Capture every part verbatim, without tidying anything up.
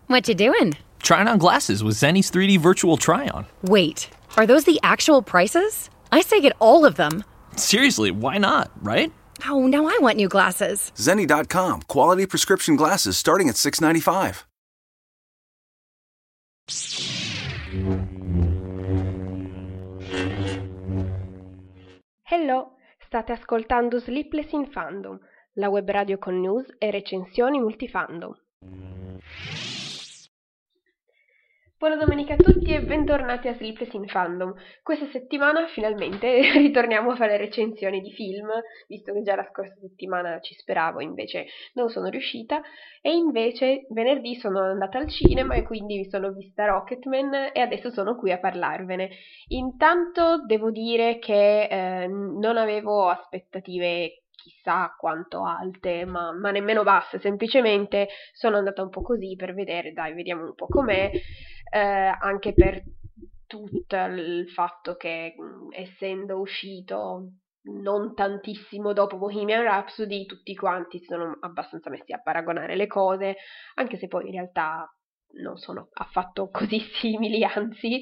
What you doing? Trying on glasses with Zenni's three D virtual try-on. Wait, are those the actual prices? I say get all of them. Seriously, why not, right? Oh, now I want new glasses. Zenni dot com. Quality prescription glasses starting at six ninety-five. Hello, state ascoltando Sleepless in Fandom, la web radio con news e recensioni multifandom. Buona domenica a tutti e bentornati a Sleepless in Fandom. Questa settimana finalmente ritorniamo a fare recensioni di film, visto che già la scorsa settimana ci speravo, invece non sono riuscita, e invece venerdì sono andata al cinema e quindi mi sono vista Rocketman e adesso sono qui a parlarvene. Intanto devo dire che eh, non avevo aspettative chissà quanto alte, ma, ma nemmeno basse, semplicemente sono andata un po' così per vedere, dai, vediamo un po' com'è, eh, anche per tutto il fatto che essendo uscito non tantissimo dopo Bohemian Rhapsody, tutti quanti sono abbastanza messi a paragonare le cose, anche se poi in realtà non sono affatto così simili, anzi.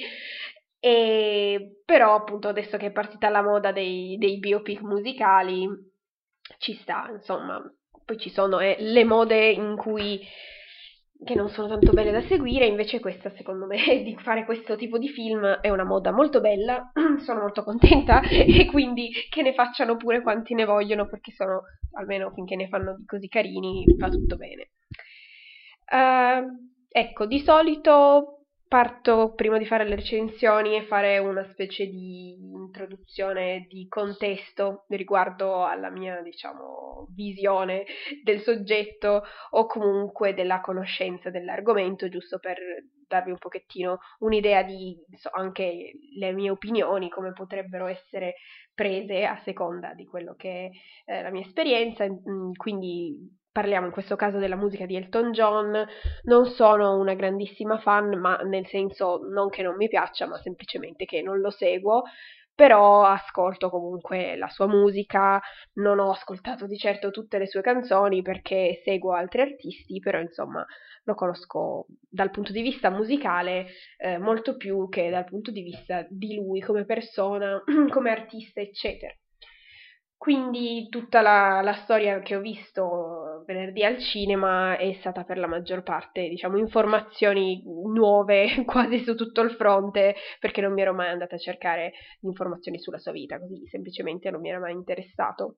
E però appunto adesso che è partita la moda dei, dei biopic musicali ci sta, insomma. Poi ci sono eh, le mode in cui che non sono tanto belle da seguire, invece questa secondo me di fare questo tipo di film è una moda molto bella, sono molto contenta e quindi che ne facciano pure quanti ne vogliono, perché sono, almeno finché ne fanno di così carini, va tutto bene. Uh, ecco, di solito parto prima di fare le recensioni e fare una specie di introduzione di contesto riguardo alla mia, diciamo, visione del soggetto o comunque della conoscenza dell'argomento, giusto per darvi un pochettino un'idea di so, anche le mie opinioni, come potrebbero essere prese a seconda di quello che è eh, la mia esperienza, quindi parliamo in questo caso della musica di Elton John. Non sono una grandissima fan, ma nel senso non che non mi piaccia, ma semplicemente che non lo seguo, però ascolto comunque la sua musica, non ho ascoltato di certo tutte le sue canzoni perché seguo altri artisti, però insomma lo conosco dal punto di vista musicale eh, molto più che dal punto di vista di lui come persona, come artista, eccetera. Quindi tutta la, la storia che ho visto venerdì al cinema è stata per la maggior parte, diciamo, informazioni nuove quasi su tutto il fronte, perché non mi ero mai andata a cercare informazioni sulla sua vita, così semplicemente non mi era mai interessato.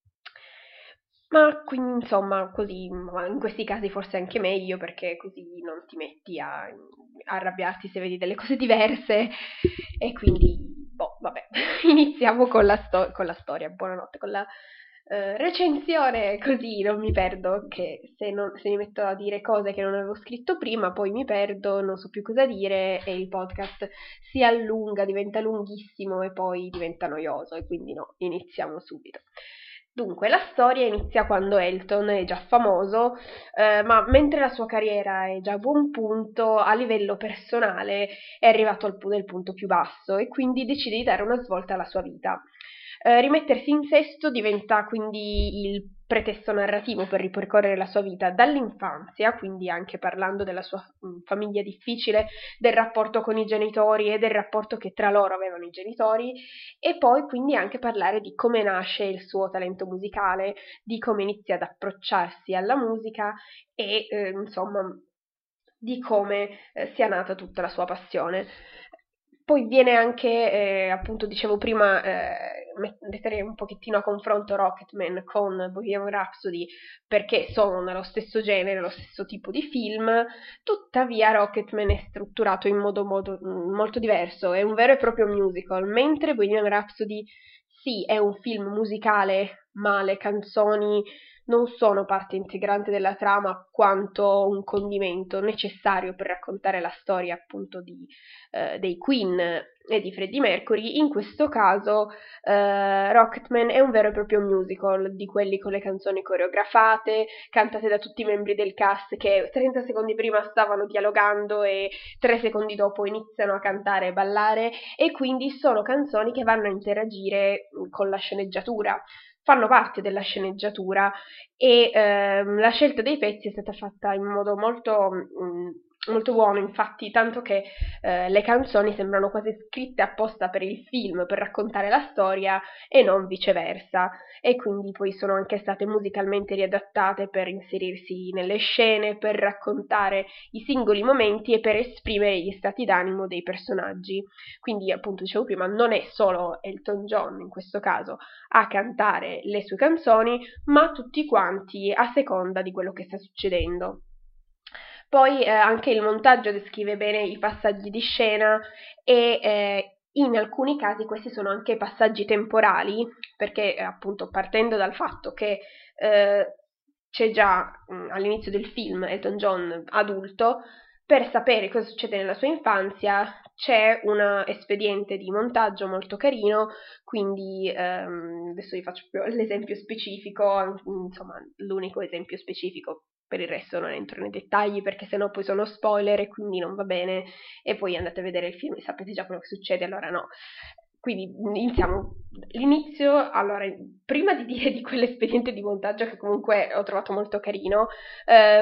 Ma quindi insomma, così in questi casi forse è anche meglio, perché così non ti metti a, a arrabbiarti se vedi delle cose diverse, e quindi boh, vabbè, iniziamo con la, sto- con la storia, buonanotte, con la uh, recensione, così non mi perdo, che se, non, se mi metto a dire cose che non avevo scritto prima, poi mi perdo, non so più cosa dire e il podcast si allunga, diventa lunghissimo e poi diventa noioso, e quindi no, iniziamo subito. Dunque, la storia inizia quando Elton è già famoso, eh, ma mentre la sua carriera è già a buon punto, a livello personale è arrivato al pu- del punto più basso e quindi decide di dare una svolta alla sua vita. Eh, rimettersi in sesto diventa quindi il pretesto narrativo per ripercorrere la sua vita dall'infanzia, quindi anche parlando della sua mh, famiglia difficile, del rapporto con i genitori e del rapporto che tra loro avevano i genitori, e poi quindi anche parlare di come nasce il suo talento musicale, di come inizia ad approcciarsi alla musica e eh, insomma di come eh, sia nata tutta la sua passione. Poi viene anche, eh, appunto dicevo prima, eh, mettere un pochettino a confronto Rocketman con Bohemian Rhapsody, perché sono nello stesso genere, lo stesso tipo di film. Tuttavia Rocketman è strutturato in modo, modo molto diverso, è un vero e proprio musical, mentre Bohemian Rhapsody sì, è un film musicale, ma le canzoni non sono parte integrante della trama quanto un condimento necessario per raccontare la storia appunto di, eh, dei Queen e di Freddie Mercury. In questo caso eh, Rocketman è un vero e proprio musical, di quelli con le canzoni coreografate, cantate da tutti i membri del cast che trenta secondi prima stavano dialogando e tre secondi dopo iniziano a cantare e ballare, e quindi sono canzoni che vanno a interagire con la sceneggiatura, fanno parte della sceneggiatura, e ehm, la scelta dei pezzi è stata fatta in modo molto mh, molto buono, infatti, tanto che eh, le canzoni sembrano quasi scritte apposta per il film, per raccontare la storia e non viceversa, e quindi poi sono anche state musicalmente riadattate per inserirsi nelle scene, per raccontare i singoli momenti e per esprimere gli stati d'animo dei personaggi. Quindi, appunto, dicevo prima, non è solo Elton John in questo caso a cantare le sue canzoni, ma tutti quanti a seconda di quello che sta succedendo. Poi eh, anche il montaggio descrive bene i passaggi di scena e eh, in alcuni casi questi sono anche passaggi temporali, perché eh, appunto partendo dal fatto che eh, c'è già mh, all'inizio del film Elton John adulto, per sapere cosa succede nella sua infanzia c'è un espediente di montaggio molto carino, quindi ehm, adesso vi faccio proprio l'esempio specifico, insomma l'unico esempio specifico. Per il resto non entro nei dettagli perché sennò poi sono spoiler e quindi non va bene e poi andate a vedere il film e sapete già quello che succede, allora no. Quindi iniziamo l'inizio, allora prima di dire di quell'espediente di montaggio che comunque ho trovato molto carino, eh,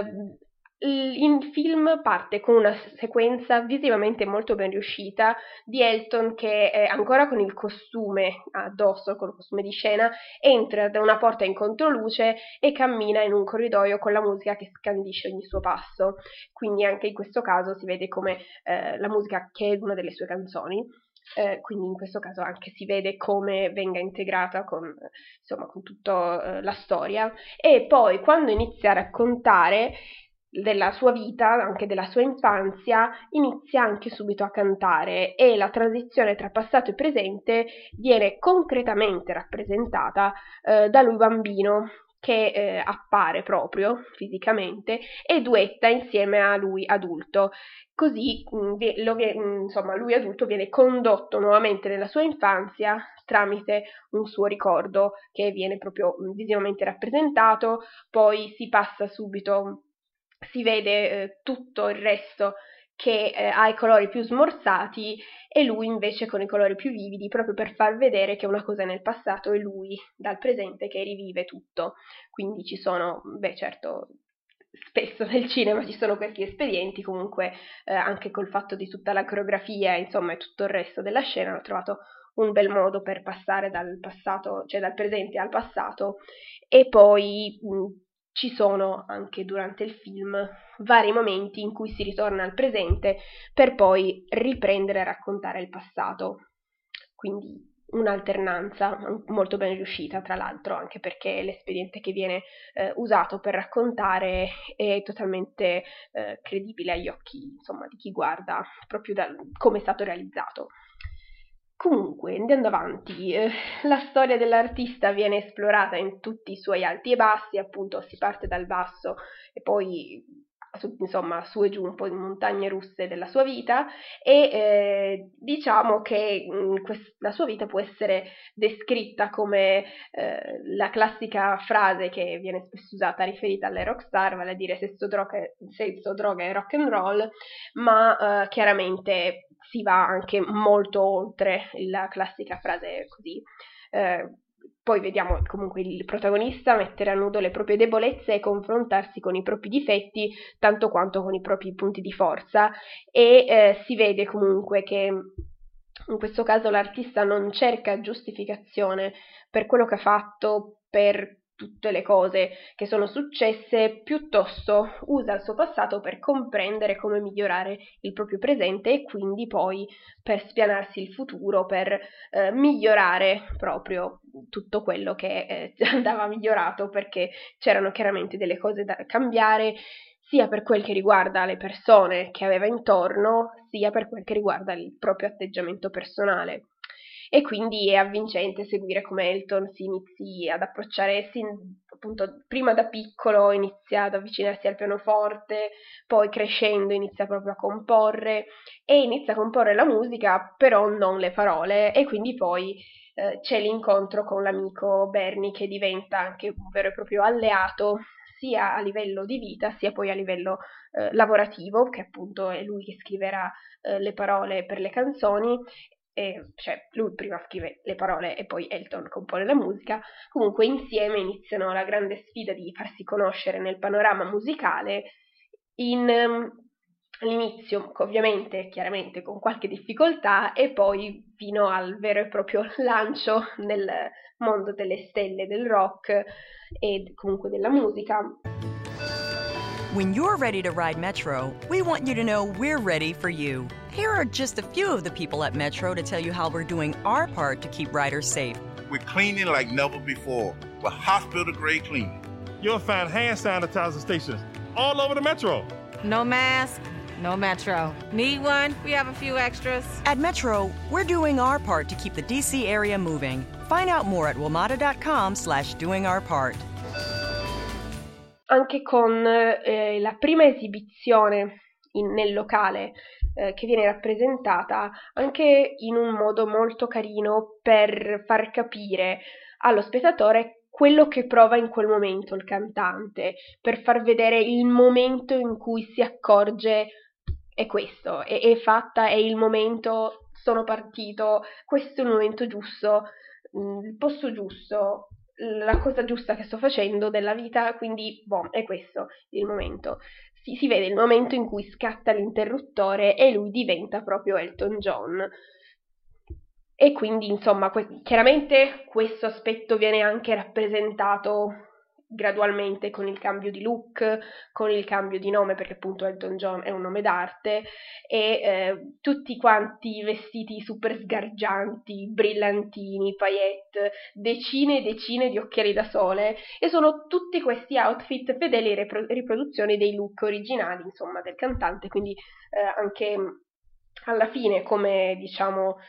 il film parte con una sequenza visivamente molto ben riuscita di Elton che è ancora con il costume addosso, con il costume di scena, entra da una porta in controluce e cammina in un corridoio con la musica che scandisce ogni suo passo. Quindi anche in questo caso si vede come eh, la musica, che è una delle sue canzoni, eh, quindi in questo caso anche si vede come venga integrata con, insomma, con tutta eh, la storia. E poi quando inizia a raccontare della sua vita, anche della sua infanzia, inizia anche subito a cantare e la transizione tra passato e presente viene concretamente rappresentata eh, da lui bambino che eh, appare proprio fisicamente e duetta insieme a lui adulto. Così mh, lo, mh, insomma, lui adulto viene condotto nuovamente nella sua infanzia tramite un suo ricordo che viene proprio mh, visivamente rappresentato, poi si passa subito, si vede eh, tutto il resto che eh, ha i colori più smorzati e lui invece con i colori più vividi, proprio per far vedere che una cosa è nel passato e lui dal presente che rivive tutto. Quindi ci sono, beh certo, spesso nel cinema ci sono questi espedienti, comunque eh, anche col fatto di tutta la coreografia, insomma, e tutto il resto della scena, ho trovato un bel modo per passare dal passato, cioè dal presente al passato, e poi mh, ci sono anche durante il film vari momenti in cui si ritorna al presente per poi riprendere a raccontare il passato. Quindi un'alternanza molto ben riuscita, tra l'altro, anche perché l'espediente che viene eh, usato per raccontare è totalmente eh, credibile agli occhi, insomma, di chi guarda, proprio da come è stato realizzato. Comunque, andando avanti, eh, la storia dell'artista viene esplorata in tutti i suoi alti e bassi, appunto si parte dal basso e poi su, insomma su e giù un po' di montagne russe della sua vita e eh, diciamo che mh, quest- la sua vita può essere descritta come eh, la classica frase che viene spesso usata riferita alle rockstar, vale a dire sesso, droga, sesso, droga e rock and roll, ma eh, chiaramente si va anche molto oltre la classica frase così. Eh, poi vediamo comunque il protagonista mettere a nudo le proprie debolezze e confrontarsi con i propri difetti tanto quanto con i propri punti di forza e eh, si vede comunque che in questo caso l'artista non cerca giustificazione per quello che ha fatto, per tutte le cose che sono successe, piuttosto usa il suo passato per comprendere come migliorare il proprio presente e quindi poi per spianarsi il futuro, per eh, migliorare proprio tutto quello che eh, andava migliorato, perché c'erano chiaramente delle cose da cambiare, sia per quel che riguarda le persone che aveva intorno, sia per quel che riguarda il proprio atteggiamento personale. E quindi è avvincente seguire come Elton si inizi ad approcciare, sin, appunto, prima da piccolo inizia ad avvicinarsi al pianoforte, poi crescendo inizia proprio a comporre e inizia a comporre la musica, però non le parole, e quindi poi eh, c'è l'incontro con l'amico Bernie che diventa anche un vero e proprio alleato sia a livello di vita sia poi a livello eh, lavorativo, che appunto è lui che scriverà eh, le parole per le canzoni. E, cioè lui prima scrive le parole e poi Elton compone la musica. Comunque insieme iniziano la grande sfida di farsi conoscere nel panorama musicale in, all'inizio ovviamente, chiaramente con qualche difficoltà, e poi fino al vero e proprio lancio nel mondo delle stelle del rock e comunque della musica. When you're ready to ride Metro, we want you to know we're ready for you. Here are just a few of the people at Metro to tell you how we're doing our part to keep riders safe. We're cleaning like never before, with hospital-grade cleaning. You'll find hand sanitizer stations all over the Metro. No mask, no Metro. Need one? We have a few extras. At Metro, we're doing our part to keep the D C area moving. Find out more at womata.com slash doing our part. Anche con eh, la prima esibizione in, nel locale eh, che viene rappresentata anche in un modo molto carino per far capire allo spettatore quello che prova in quel momento il cantante, per far vedere il momento in cui si accorge è questo, è, è fatta, è il momento, sono partito, questo è il momento giusto, il posto giusto, la cosa giusta che sto facendo della vita, quindi boh, è questo il momento. Si, si vede il momento in cui scatta l'interruttore e lui diventa proprio Elton John. E quindi, insomma, que- chiaramente questo aspetto viene anche rappresentato gradualmente con il cambio di look, con il cambio di nome, perché appunto Elton John è un nome d'arte, e eh, tutti quanti vestiti super sgargianti, brillantini, paillette, decine e decine di occhiali da sole, e sono tutti questi outfit fedeli ripro- riproduzioni dei look originali, insomma, del cantante, quindi eh, anche alla fine, come diciamo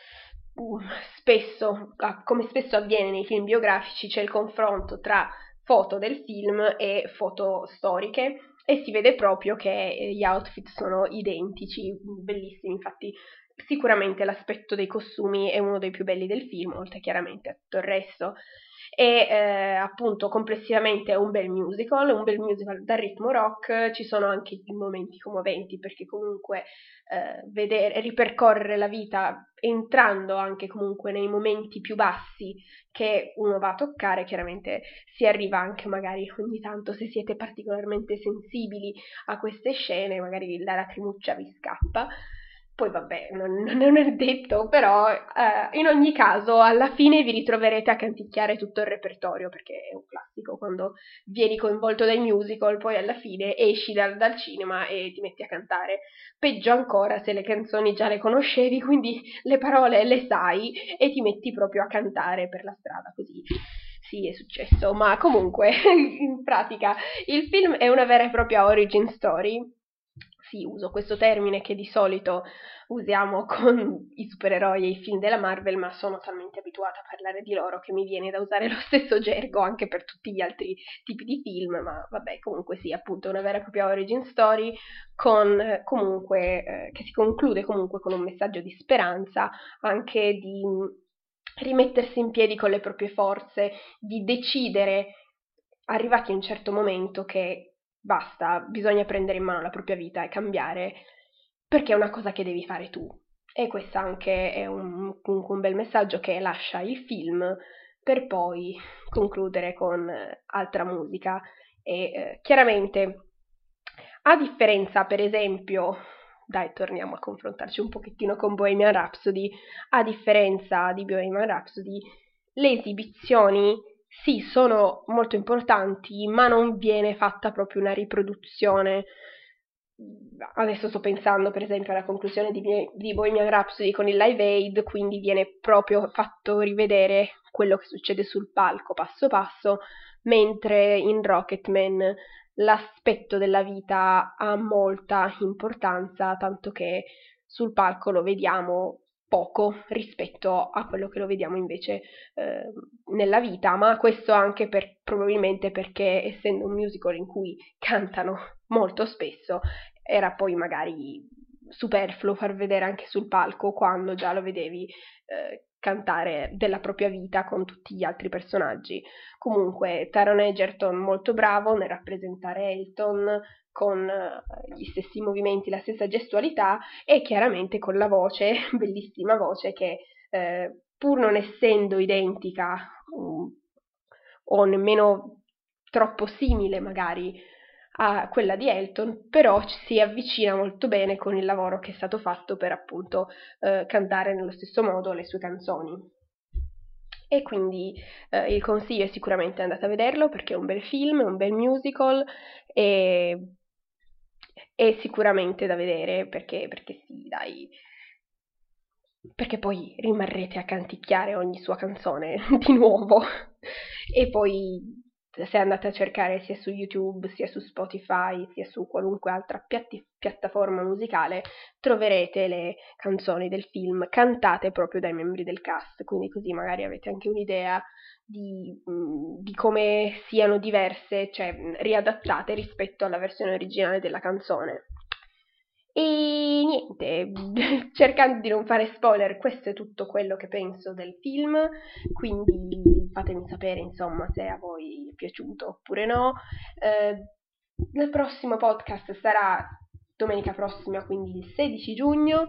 spesso, come spesso avviene nei film biografici, c'è il confronto tra foto del film e foto storiche e si vede proprio che gli outfit sono identici, bellissimi. Infatti sicuramente l'aspetto dei costumi è uno dei più belli del film, oltre chiaramente a tutto il resto. E eh, appunto complessivamente è un bel musical, un bel musical dal ritmo rock. Ci sono anche i momenti commoventi, perché comunque eh, vedere, ripercorrere la vita entrando anche comunque nei momenti più bassi che uno va a toccare, chiaramente si arriva anche magari ogni tanto, se siete particolarmente sensibili a queste scene, magari la lacrimuccia vi scappa. Poi vabbè, non, non è detto, però eh, in ogni caso alla fine vi ritroverete a canticchiare tutto il repertorio, perché è un classico quando vieni coinvolto dai musical, poi alla fine esci dal, dal cinema e ti metti a cantare. Peggio ancora se le canzoni già le conoscevi, quindi le parole le sai e ti metti proprio a cantare per la strada, così. Sì, è successo, ma comunque in pratica il film è una vera e propria origin story. Sì, uso questo termine che di solito usiamo con i supereroi e i film della Marvel, ma sono talmente abituata a parlare di loro che mi viene da usare lo stesso gergo anche per tutti gli altri tipi di film, ma vabbè, comunque sì, appunto una vera e propria origin story con eh, comunque eh, che si conclude comunque con un messaggio di speranza, anche di rimettersi in piedi con le proprie forze, di decidere arrivati a un certo momento che basta, bisogna prendere in mano la propria vita e cambiare, perché è una cosa che devi fare tu. E questo anche è un, comunque un bel messaggio che lascia il film, per poi concludere con eh, altra musica. E eh, chiaramente, a differenza per esempio, dai torniamo a confrontarci un pochettino con Bohemian Rhapsody, a differenza di Bohemian Rhapsody, le esibizioni sì, sono molto importanti, ma non viene fatta proprio una riproduzione. Adesso sto pensando per esempio alla conclusione di, di Bohemian Rhapsody con il Live Aid, quindi viene proprio fatto rivedere quello che succede sul palco passo passo, mentre in Rocketman l'aspetto della vita ha molta importanza, tanto che sul palco lo vediamo poco rispetto a quello che lo vediamo invece eh, nella vita, ma questo anche per, probabilmente perché essendo un musical in cui cantano molto spesso era poi magari superfluo far vedere anche sul palco quando già lo vedevi eh, cantare della propria vita con tutti gli altri personaggi. Comunque Taron Egerton molto bravo nel rappresentare Elton con gli stessi movimenti, la stessa gestualità e chiaramente con la voce, bellissima voce che eh, pur non essendo identica um, o nemmeno troppo simile magari a quella di Elton, però ci si avvicina molto bene con il lavoro che è stato fatto per appunto eh, cantare nello stesso modo le sue canzoni. E quindi eh, il consiglio è sicuramente andate a vederlo, perché è un bel film, è un bel musical e è sicuramente da vedere, perché, perché sì, dai, perché poi rimarrete a canticchiare ogni sua canzone di nuovo. E poi se andate a cercare sia su YouTube, sia su Spotify, sia su qualunque altra piatti- piattaforma musicale, troverete le canzoni del film cantate proprio dai membri del cast, quindi così magari avete anche un'idea di, di come siano diverse, cioè riadattate rispetto alla versione originale della canzone. E niente, cercando di non fare spoiler, questo è tutto quello che penso del film, quindi fatemi sapere insomma se a voi è piaciuto oppure no. Eh, il prossimo podcast sarà domenica prossima, quindi il sedici giugno.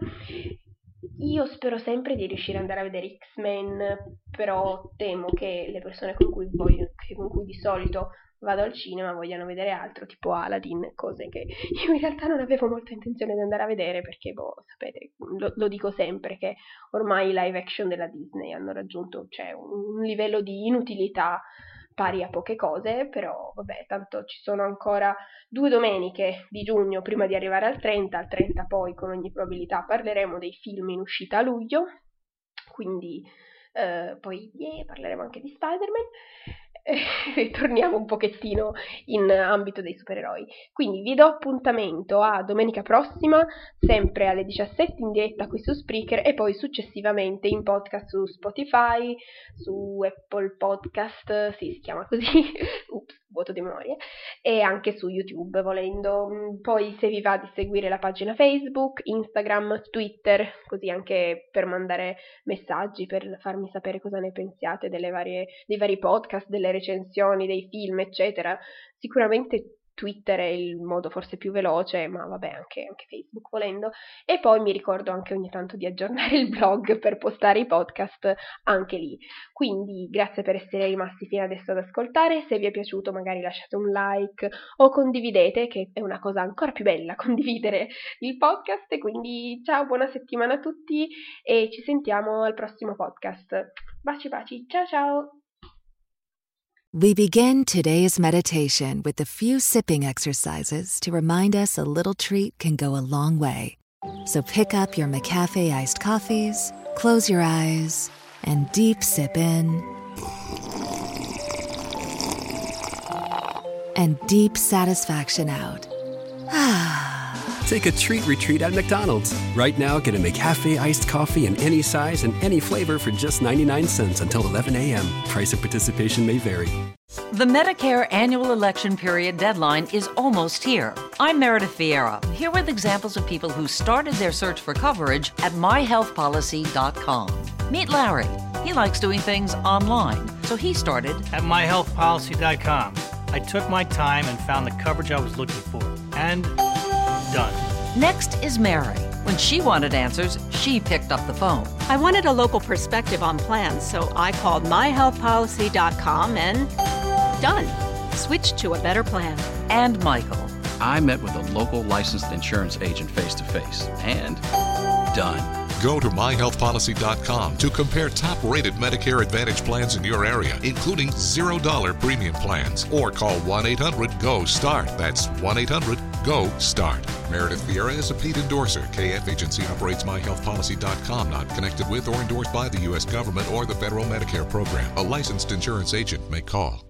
Io spero sempre di riuscire ad andare a vedere X-Men, però temo che le persone con cui, voglio, con cui di solito vado al cinema vogliano vedere altro, tipo Aladdin, cose che io in realtà non avevo molta intenzione di andare a vedere, perché, boh, sapete, lo, lo dico sempre, che ormai i live action della Disney hanno raggiunto, cioè, un, un livello di inutilità pari a poche cose, però vabbè, tanto ci sono ancora due domeniche di giugno prima di arrivare al trenta, al trenta poi con ogni probabilità parleremo dei film in uscita a luglio, quindi eh, poi yeah, parleremo anche di Spider-Man. E torniamo un pochettino in ambito dei supereroi, quindi vi do appuntamento a domenica prossima, sempre alle diciassette in diretta qui su Spreaker e poi successivamente in podcast su Spotify, su Apple Podcast, sì, si chiama così, ups, vuoto di memoria, e anche su YouTube volendo. Poi se vi va di seguire la pagina Facebook, Instagram, Twitter, così anche per mandare messaggi, per farmi sapere cosa ne pensiate delle varie, dei vari podcast, delle recensioni, dei film, eccetera. Sicuramente Twitter è il modo forse più veloce, ma vabbè, anche, anche Facebook volendo. E poi mi ricordo anche ogni tanto di aggiornare il blog per postare i podcast anche lì. Quindi grazie per essere rimasti fino adesso ad ascoltare. Se vi è piaciuto magari lasciate un like o condividete, che è una cosa ancora più bella, condividere il podcast. E quindi ciao, buona settimana a tutti e ci sentiamo al prossimo podcast. Baci baci, ciao ciao! We begin today's meditation with a few sipping exercises to remind us a little treat can go a long way. So pick up your McCafe iced coffees, close your eyes, and deep sip in. And deep satisfaction out. Take a treat retreat at McDonald's. Right now, get a McCafe iced coffee in any size and any flavor for just ninety-nine cents until eleven a.m. Price of participation may vary. The Medicare annual election period deadline is almost here. I'm Meredith Vieira, here with examples of people who started their search for coverage at my health policy dot com. Meet Larry. He likes doing things online, so he started at my health policy dot com. I took my time and found the coverage I was looking for. And done. Next is Mary. When she wanted answers, she picked up the phone. I wanted a local perspective on plans, so I called my health policy dot com and done. Switched to a better plan. And Michael. I met with a local licensed insurance agent face-to-face and done. Go to my health policy dot com to compare top-rated Medicare Advantage plans in your area, including zero dollar premium plans. Or call one eight hundred G O START. That's one eight hundred G O START. Meredith Vieira is a paid endorser. K F Agency operates my health policy dot com, not connected with or endorsed by the U S government or the federal Medicare program. A licensed insurance agent may call.